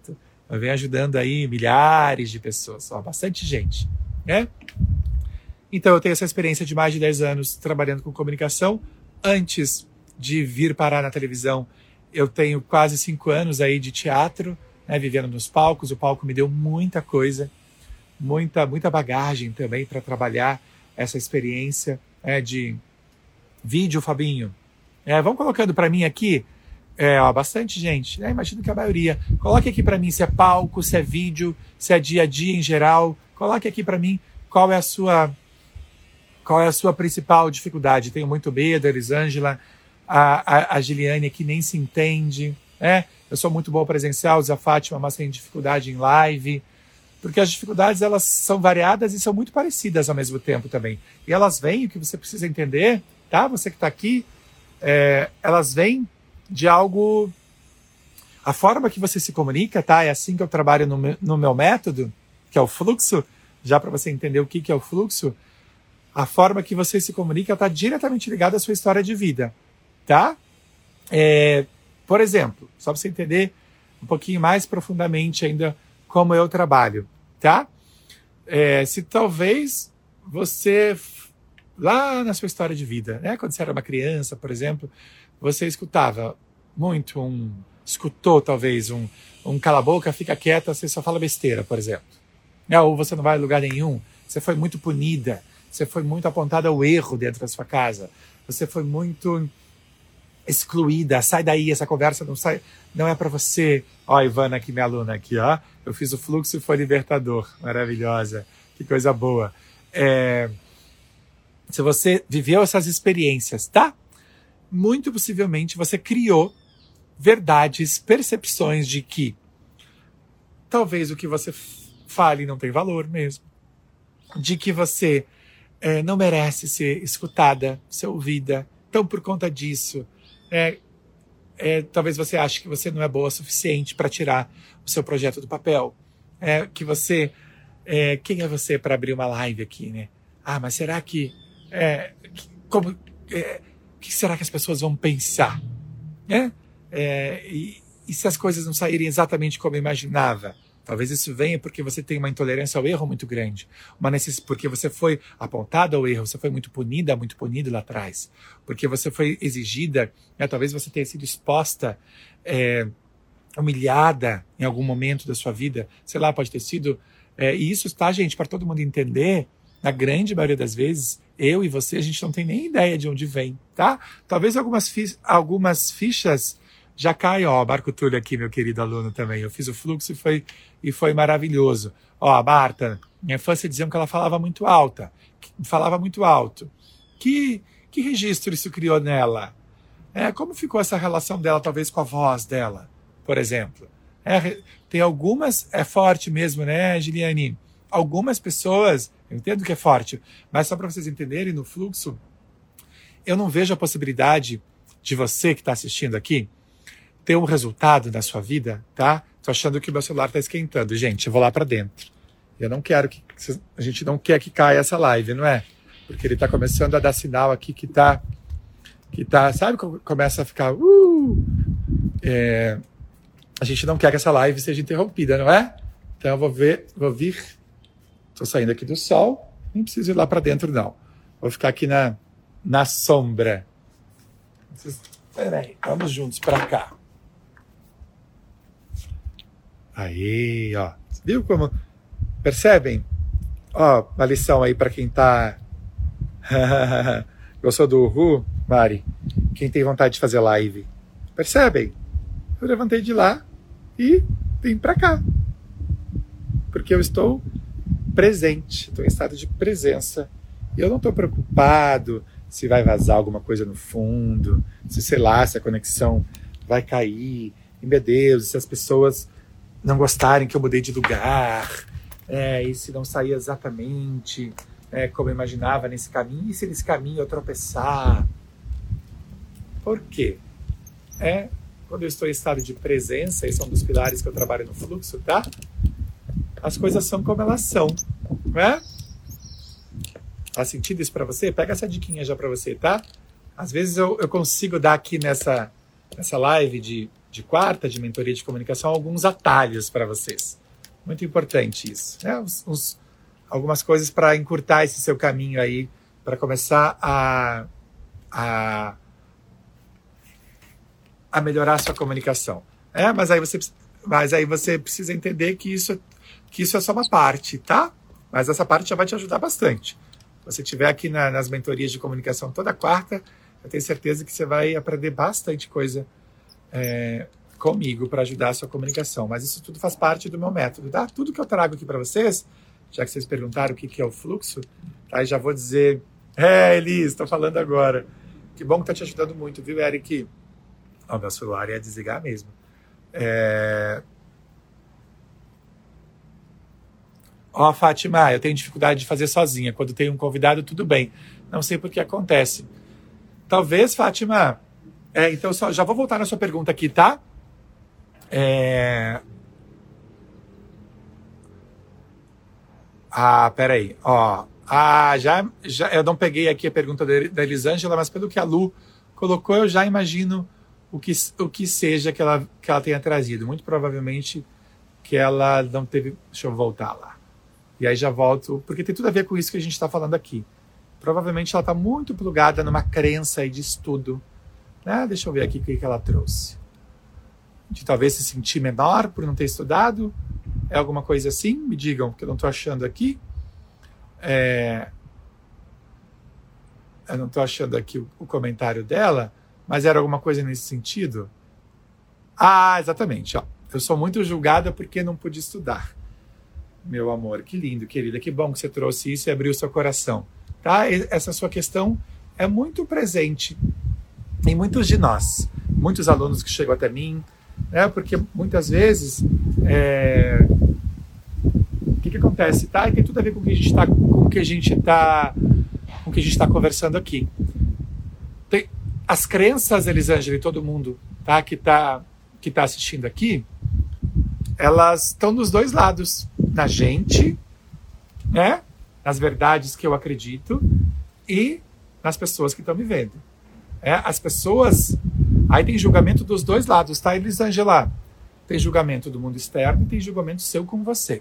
Eu venho ajudando aí milhares de pessoas, bastante gente, né? Então eu tenho essa experiência de mais de 10 anos trabalhando com comunicação. Antes de vir parar na televisão, eu tenho quase 5 anos aí de teatro, né, vivendo nos palcos. O palco me deu muita coisa, muita bagagem também para trabalhar essa experiência de vídeo, Fabinho. Vão colocando para mim aqui, bastante gente, né? Imagino que a maioria. Coloque aqui para mim se é palco, se é vídeo, se é dia a dia em geral. Coloque aqui para mim qual é a sua principal dificuldade. Tenho muito medo, a Elisângela, a Giliane aqui nem se entende, né? Eu sou muito boa presencial, a Fátima, mas tem dificuldade em live, porque as dificuldades elas são variadas e são muito parecidas ao mesmo tempo também. E elas vêm, o que você precisa entender, tá? Você que está aqui, elas vêm de algo... A forma que você se comunica, tá? É assim que eu trabalho no meu método, que é o fluxo, já para você entender o que é o fluxo. A forma que você se comunica está diretamente ligada à sua história de vida, tá? Por exemplo, só para você entender um pouquinho mais profundamente ainda como eu trabalho, tá? Se talvez você, lá na sua história de vida, né, quando você era uma criança, por exemplo, você escutava muito escutou talvez um cala a boca, fica quieta, você só fala besteira, por exemplo. Ou você não vai a lugar nenhum, você foi muito punida, você foi muito apontada ao erro dentro da sua casa, você foi muito excluída, sai daí, essa conversa não é para você. Ó, Ivana aqui, minha aluna aqui, ó, eu fiz o fluxo e foi libertador, maravilhosa, que coisa boa. Se você viveu essas experiências, tá? Muito possivelmente você criou verdades, percepções de que talvez o que você fale não tem valor mesmo, de que você não merece ser escutada, ser ouvida. Então, por conta disso, talvez você ache que você não é boa o suficiente para tirar o seu projeto do papel. Que você... quem é você para abrir uma live aqui, né? Mas será que... o que será que as pessoas vão pensar? E se as coisas não saírem exatamente como eu imaginava? Talvez isso venha porque você tem uma intolerância ao erro muito grande. Porque você foi apontado ao erro, você foi muito punido lá atrás. Porque você foi exigida, talvez você tenha sido exposta, humilhada em algum momento da sua vida. Sei lá, pode ter sido... e isso está, gente, para todo mundo entender, na grande maioria das vezes, eu e você, a gente não tem nem ideia de onde vem, tá? Talvez algumas fichas já caiam. Ó, Marco Túlio aqui, meu querido aluno também. Eu fiz o fluxo e foi maravilhoso. Ó, a Marta, minha infância diziam que ela falava muito alto. Que registro isso criou nela? Como ficou essa relação dela, talvez, com a voz dela, por exemplo? Tem algumas, é forte mesmo, né, Giliane? Algumas pessoas, eu entendo que é forte, mas só para vocês entenderem, no fluxo, eu não vejo a possibilidade de você que está assistindo aqui ter um resultado na sua vida, tá? Tô achando que o meu celular tá esquentando. Gente, eu vou lá para dentro. Eu não quero a gente não quer que caia essa live, não é? Porque ele tá começando a dar sinal aqui que tá, sabe, começa a ficar... a gente não quer que essa live seja interrompida, não é? Então eu vou vir... Tô saindo aqui do sol, nem preciso ir lá para dentro, não. Vou ficar aqui na sombra. Peraí, vamos juntos para cá. Aí, ó. Viu como... Percebem? Ó, uma lição aí para quem tá... Gostou do Uhul, Mari? Quem tem vontade de fazer live. Percebem? Eu levantei de lá e vim para cá. Porque eu estou presente, estou em estado de presença. E eu não estou preocupado se vai vazar alguma coisa no fundo, se a conexão vai cair. E, meu Deus, se as pessoas não gostarem que eu mudei de lugar, e se não sair exatamente como eu imaginava nesse caminho, e se nesse caminho eu tropeçar. Por quê? Quando eu estou em estado de presença, esse é um dos pilares que eu trabalho no fluxo, tá? As coisas são como elas são, não é? Faz sentido isso para você? Pega essa diquinha já para você, tá? Às vezes eu consigo dar aqui nessa live de de quarta, de mentoria de comunicação, alguns atalhos para vocês. Muito importante isso, né? Algumas coisas para encurtar esse seu caminho aí, para começar a melhorar a sua comunicação. Mas aí você precisa entender que isso é só uma parte, tá? Mas essa parte já vai te ajudar bastante. Se você estiver aqui nas mentorias de comunicação toda quarta, eu tenho certeza que você vai aprender bastante coisa comigo para ajudar a sua comunicação. Mas isso tudo faz parte do meu método, tá? Tudo que eu trago aqui para vocês, já que vocês perguntaram o que é o fluxo, tá? Eu já vou dizer... Elis, estou falando agora. Que bom que está te ajudando muito, viu, Eric? Meu celular ia desligar mesmo. Fátima, eu tenho dificuldade de fazer sozinha. Quando tem um convidado, tudo bem. Não sei por que acontece. Talvez, Fátima... então, já vou voltar na sua pergunta aqui, tá? Peraí. Já eu não peguei aqui a pergunta da Elisângela, mas pelo que a Lu colocou, eu já imagino o que seja que ela tenha trazido. Muito provavelmente que ela não teve... Deixa eu voltar lá. E aí já volto, porque tem tudo a ver com isso que a gente está falando aqui. Provavelmente ela está muito plugada numa crença aí de estudo. Deixa eu ver aqui o que ela trouxe. De talvez se sentir menor por não ter estudado. É alguma coisa assim? Me digam, porque eu não estou achando aqui. Eu não estou achando aqui o comentário dela, mas era alguma coisa nesse sentido. Exatamente. Eu sou muito julgada porque não pude estudar. Meu amor, que lindo, querida. Que bom que você trouxe isso e abriu seu coração. Tá? Essa sua questão é muito presente em muitos de nós. Muitos alunos que chegam até mim, porque muitas vezes... O que acontece, tá? E tem tudo a ver com o que a gente está conversando aqui. Tem as crenças, Elisângela, e todo mundo, tá? Que tá assistindo aqui, elas estão dos dois lados, na gente, né? Nas verdades que eu acredito e nas pessoas que estão me vendo. As pessoas, aí tem julgamento dos dois lados, tá, Elisângela? Tem julgamento do mundo externo e tem julgamento seu com você.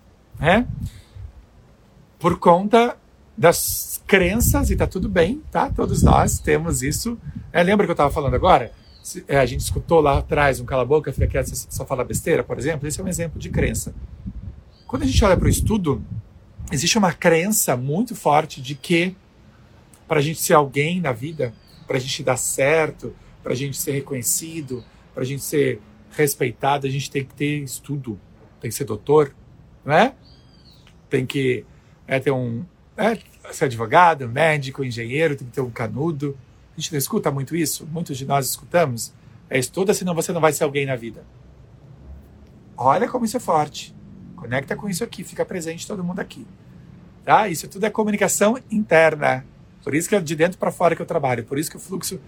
Por conta das crenças, e tá tudo bem, tá? Todos nós temos isso. Lembra que eu estava falando agora? A gente escutou lá atrás um cala-boca, fica quieto, você só fala besteira, por exemplo. Esse é um exemplo de crença. Quando a gente olha para o estudo, existe uma crença muito forte de que para a gente ser alguém na vida, para a gente dar certo, para a gente ser reconhecido, para a gente ser respeitado, a gente tem que ter estudo, tem que ser doutor, não é? Tem que ser advogado, médico, engenheiro, tem que ter um canudo. A gente não escuta muito isso? Muitos de nós escutamos. Estuda, senão você não vai ser alguém na vida. Olha como isso é forte. Conecta com isso aqui, fica presente todo mundo aqui. Tá? Isso tudo é comunicação interna. Por isso que é de dentro para fora que eu trabalho. Por isso que o fluxo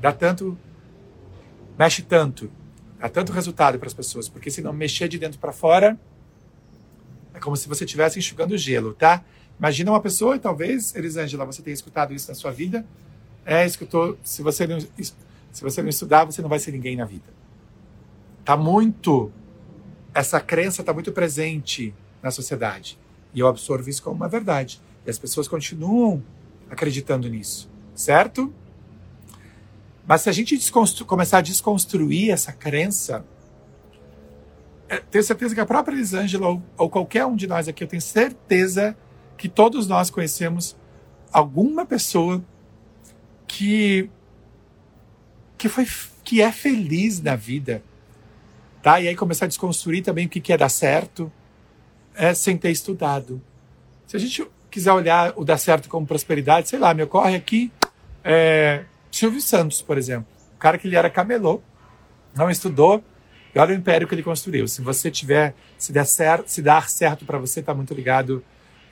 mexe tanto, dá tanto resultado para as pessoas. Porque se não mexer de dentro para fora, é como se você estivesse enxugando gelo, tá? Imagina uma pessoa, e talvez, Elisângela, você tenha escutado isso na sua vida. Escutou, se você não estudar, você não vai ser ninguém na vida. Essa crença está muito presente na sociedade. E eu absorvo isso como uma verdade. E as pessoas continuam acreditando nisso, certo? Mas se a gente começar a desconstruir essa crença, tenho certeza que a própria Elisângela ou qualquer um de nós aqui, eu tenho certeza que todos nós conhecemos alguma pessoa que é feliz na vida, tá? E aí começar a desconstruir também o que é dar certo, sem ter estudado. Se a gente quiser olhar o dar certo como prosperidade, sei lá, me ocorre aqui Silvio Santos, por exemplo. O cara que ele era camelô, não estudou, e olha o império que ele construiu. Se você se dar certo para você, está muito ligado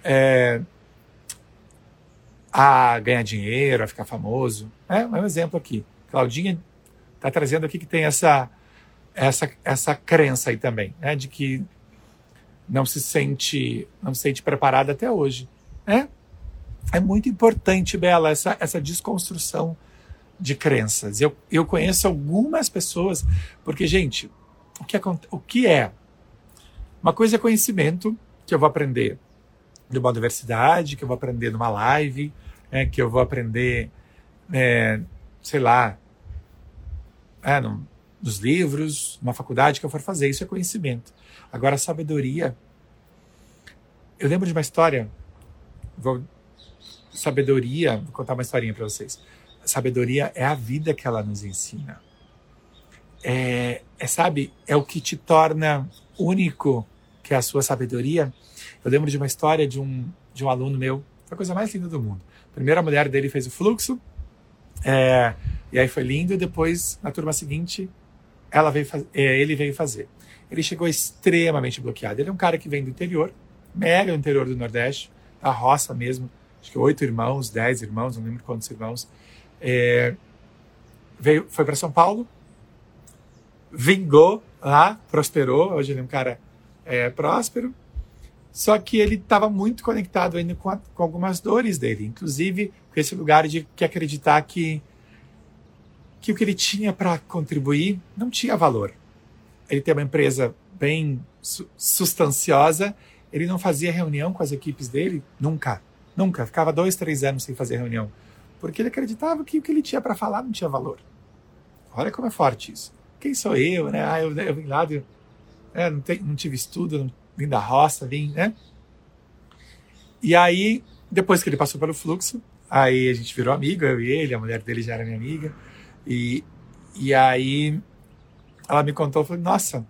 a ganhar dinheiro, a ficar famoso. É um exemplo aqui. Claudinha está trazendo aqui que tem essa crença aí também, né, de que não se sente preparada até hoje. É muito importante, Bela, essa desconstrução de crenças. Eu conheço algumas pessoas, porque, gente, o que é? Uma coisa é conhecimento, que eu vou aprender numa universidade, que eu vou aprender numa live, que eu vou aprender, sei lá, nos livros, numa faculdade que eu for fazer. Isso é conhecimento. Agora, a sabedoria... Eu lembro de uma história... Vou contar uma historinha para vocês. A sabedoria é a vida que ela nos ensina. Sabe, é o que te torna único, que é a sua sabedoria. Eu lembro de uma história de um aluno meu, foi a coisa mais linda do mundo. Primeiro a mulher dele fez o fluxo, e aí foi lindo, depois, na turma seguinte, ele veio fazer. Ele chegou extremamente bloqueado. Ele é um cara que vem do interior, mega interior do Nordeste, da roça mesmo, acho que 8 irmãos, 10 irmãos, não lembro quantos irmãos. Foi para São Paulo, vingou lá, prosperou. Hoje ele é um cara próspero, só que ele estava muito conectado ainda com algumas dores dele, inclusive com esse lugar de acreditar que o que ele tinha para contribuir não tinha valor. Ele tem uma empresa bem sustanciosa, ele não fazia reunião com as equipes dele, nunca, ficava 2, 3 anos sem fazer reunião, porque ele acreditava que o que ele tinha para falar não tinha valor. Olha como é forte isso. Quem sou eu, né? Eu vim lá, não tive estudo, vim da roça, né? E aí, depois que ele passou pelo fluxo, aí a gente virou amigo, eu e ele, a mulher dele já era minha amiga, e aí ela me contou, falou, nossa,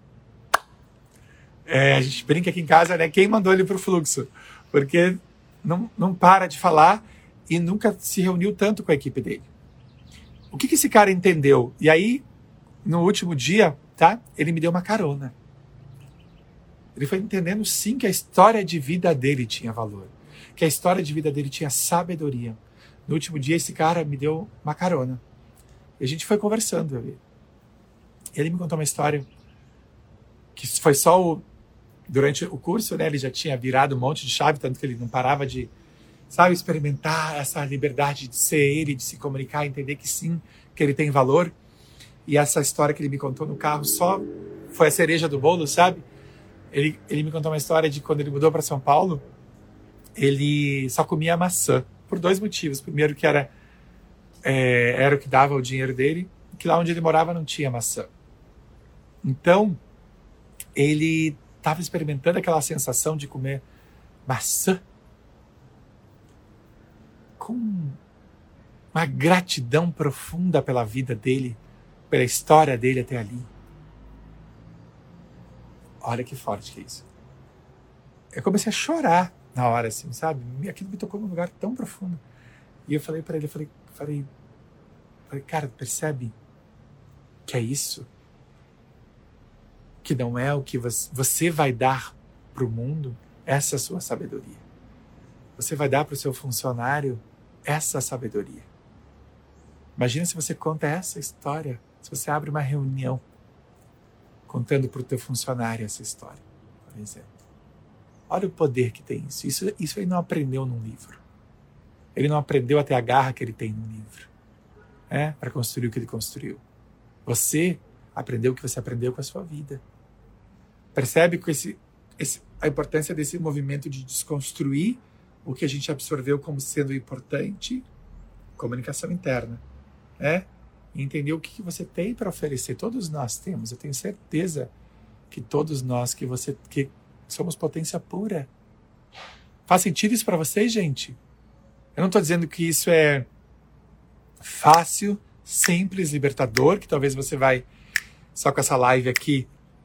a gente brinca aqui em casa, né? Quem mandou ele pro fluxo? Porque não para de falar e nunca se reuniu tanto com a equipe dele. O que esse cara entendeu? E aí, no último dia, tá? Ele me deu uma carona. Ele foi entendendo, sim, que a história de vida dele tinha valor. Que a história de vida dele tinha sabedoria. No último dia, esse cara me deu uma carona. E a gente foi conversando. Ele me contou uma história que foi só durante o curso, né? Ele já tinha virado um monte de chave, tanto que ele não parava de, sabe, experimentar essa liberdade de ser ele, de se comunicar, entender que sim, que ele tem valor. E essa história que ele me contou no carro só foi a cereja do bolo, sabe? Ele me contou uma história de quando ele mudou para São Paulo, ele só comia maçã, por 2 motivos. Primeiro que era o que dava o dinheiro dele, que lá onde ele morava não tinha maçã. Então, ele estava experimentando aquela sensação de comer maçã com uma gratidão profunda pela vida dele, pela história dele até ali. Olha que forte que é isso. Eu comecei a chorar na hora, assim, sabe? Aquilo me tocou num lugar tão profundo. E eu falei para ele, falei, cara, percebe que é isso? Que não é o que você vai dar para o mundo, essa sua sabedoria. Você vai dar para o seu funcionário essa sabedoria. Imagina se você conta essa história, se você abre uma reunião contando para o teu funcionário essa história, por exemplo. Olha o poder que tem isso. Isso ele não aprendeu num livro. Ele não aprendeu até a garra que ele tem num livro, para construir o que ele construiu. Você aprendeu o que você aprendeu com a sua vida. Percebe com a importância desse movimento de desconstruir o que a gente absorveu como sendo importante? Comunicação interna, e entender o que você tem para oferecer. Todos nós temos, eu tenho certeza que todos nós, que somos potência pura. Faz sentido isso para vocês, gente? Eu não estou dizendo que isso é fácil, simples, libertador, que talvez você vai, só com essa live aqui,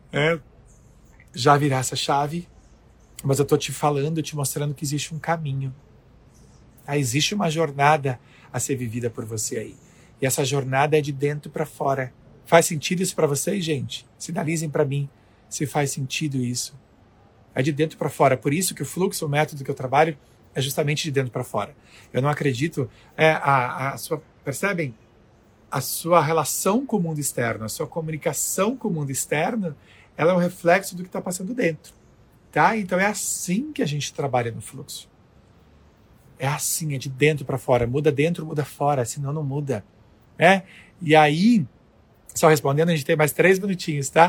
já virar essa chave, mas eu estou te falando, te mostrando que existe um caminho. Existe uma jornada a ser vivida por você aí. E essa jornada é de dentro para fora. Faz sentido isso para vocês, gente? Sinalizem para mim se faz sentido isso. É de dentro para fora. Por isso que o fluxo, o método que eu trabalho, é justamente de dentro para fora. Eu não acredito... percebem? A sua relação com o mundo externo, a sua comunicação com o mundo externo, ela é um reflexo do que está passando dentro. Tá? Então é assim que a gente trabalha no fluxo. É assim, é de dentro para fora. Muda dentro, muda fora, senão não muda. né? E aí, só respondendo, a gente tem mais 3 minutinhos, tá?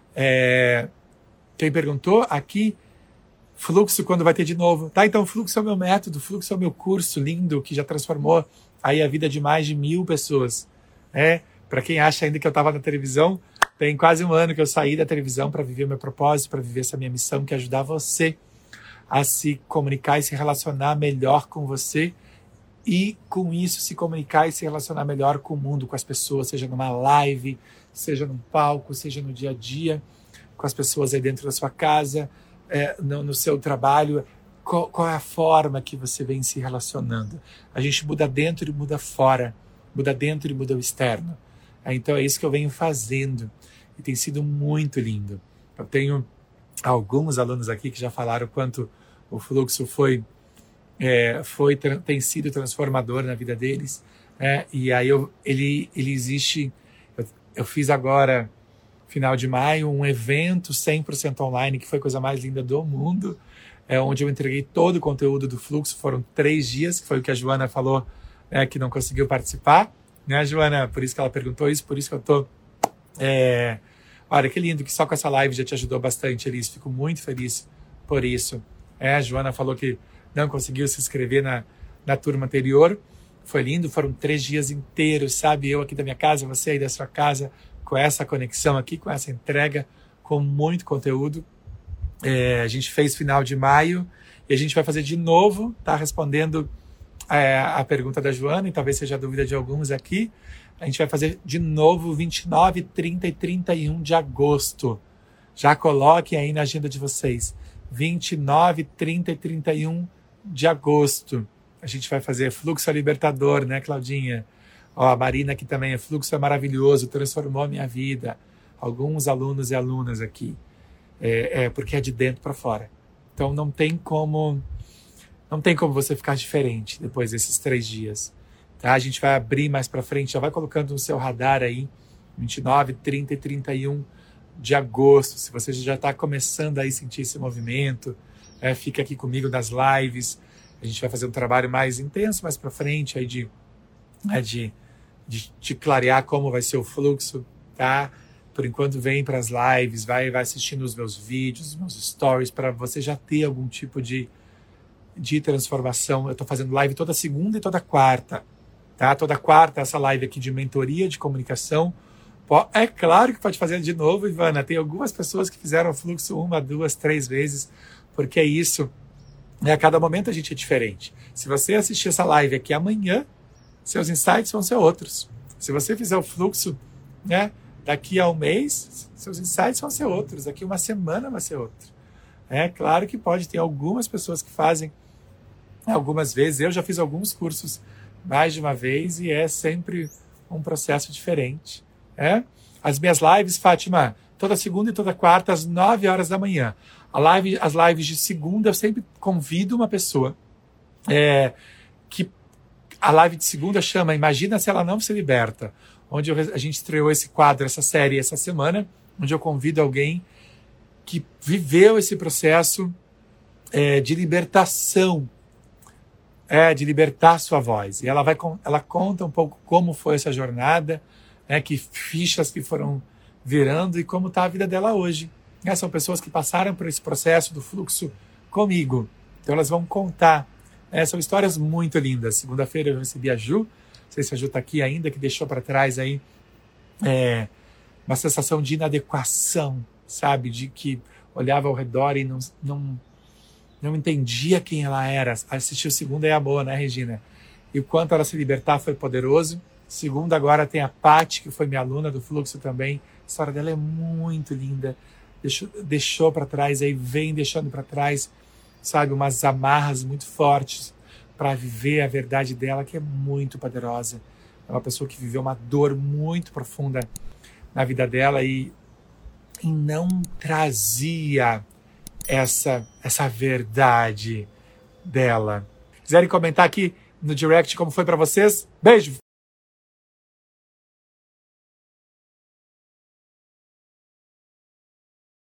Quem perguntou aqui, fluxo quando vai ter de novo, tá? Então, fluxo é o meu método, fluxo é o meu curso lindo, que já transformou aí a vida de mais de 1.000 pessoas, né? Para quem acha ainda que eu estava na televisão, tem quase 1 ano que eu saí da televisão para viver o meu propósito, para viver essa minha missão, que é ajudar você a se comunicar e se relacionar melhor com você e, com isso, se comunicar e se relacionar melhor com o mundo, com as pessoas, seja numa live, seja num palco, seja no dia a dia, com as pessoas aí dentro da sua casa, no seu trabalho. Qual é a forma que você vem se relacionando? A gente muda dentro e muda fora, muda dentro e muda o externo. Então é isso que eu venho fazendo e tem sido muito lindo. Eu tenho alguns alunos aqui que já falaram o quanto o fluxo tem sido transformador na vida deles. E aí ele existe. Eu fiz agora, final de maio, um evento 100% online, que foi a coisa mais linda do mundo, onde eu entreguei todo o conteúdo do fluxo. Foram 3 dias, que foi o que a Joana falou, que não conseguiu participar, né, Joana? Por isso que ela perguntou isso, por isso que eu tô... Olha, que lindo que só com essa live já te ajudou bastante, Elis. Fico muito feliz por isso. A Joana falou que não conseguiu se inscrever na turma anterior. Foi lindo, foram 3 dias inteiros, sabe? Eu aqui da minha casa, você aí da sua casa, com essa conexão aqui, com essa entrega, com muito conteúdo. A gente fez final de maio e a gente vai fazer de novo, tá? Respondendo a pergunta da Joana, e talvez seja a dúvida de alguns aqui. A gente vai fazer de novo 29, 30 e 31 de agosto. Já coloquem aí na agenda de vocês. 29, 30 e 31 de agosto. A gente vai fazer Fluxo Libertador, né, Claudinha? A Marina aqui também. Fluxo é maravilhoso, transformou a minha vida. Alguns alunos e alunas aqui. Porque é de dentro para fora. Então não tem como você ficar diferente depois desses 3 dias. Tá? A gente vai abrir mais para frente, já vai colocando no seu radar aí, 29, 30 e 31 de agosto. Se você já está começando aí a sentir esse movimento, fica aqui comigo nas lives. A gente vai fazer um trabalho mais intenso mais para frente aí de clarear como vai ser o fluxo, tá? Por enquanto vem para as lives, vai assistindo os meus vídeos, os meus stories, para você já ter algum tipo de transformação. Eu estou fazendo live toda segunda e toda quarta, tá? Toda quarta essa live aqui de mentoria, de comunicação. É claro que pode fazer de novo, Ivana. Tem algumas pessoas que fizeram o fluxo 1, 2, 3 vezes, porque é isso. A cada momento a gente é diferente. Se você assistir essa live aqui amanhã, seus insights vão ser outros. Se você fizer o fluxo, né, daqui a um mês, seus insights vão ser outros. Daqui a uma semana vai ser outro. É claro que pode ter algumas pessoas que fazem algumas vezes. Eu já fiz alguns cursos mais de uma vez e é sempre um processo diferente. As minhas lives, Fátima, toda segunda e toda quarta às 9 horas da manhã. As lives de segunda eu sempre convido uma pessoa que a live de segunda chama Imagina se ela não se liberta, onde a gente estreou esse quadro, essa série essa semana, onde eu convido alguém que viveu esse processo de libertação, de libertar sua voz. E ela conta um pouco como foi essa jornada, que fichas que foram virando e como está a vida dela hoje. São pessoas que passaram por esse processo do fluxo comigo. Então elas vão contar. São histórias muito lindas. Segunda-feira eu recebi a Ju, não sei se a Ju está aqui ainda, que deixou para trás aí uma sensação de inadequação, sabe? De que olhava ao redor e não entendia quem ela era. Assistiu Segunda é Amor, né, Regina? E o quanto ela se libertar foi poderoso. Segunda agora tem a Paty, que foi minha aluna do fluxo também. A história dela é muito linda. Deixou para trás, aí vem deixando para trás, sabe, umas amarras muito fortes para viver a verdade dela, que é muito poderosa. É uma pessoa que viveu uma dor muito profunda na vida dela e não trazia essa verdade dela. Quiserem comentar aqui no direct como foi para vocês? Beijo!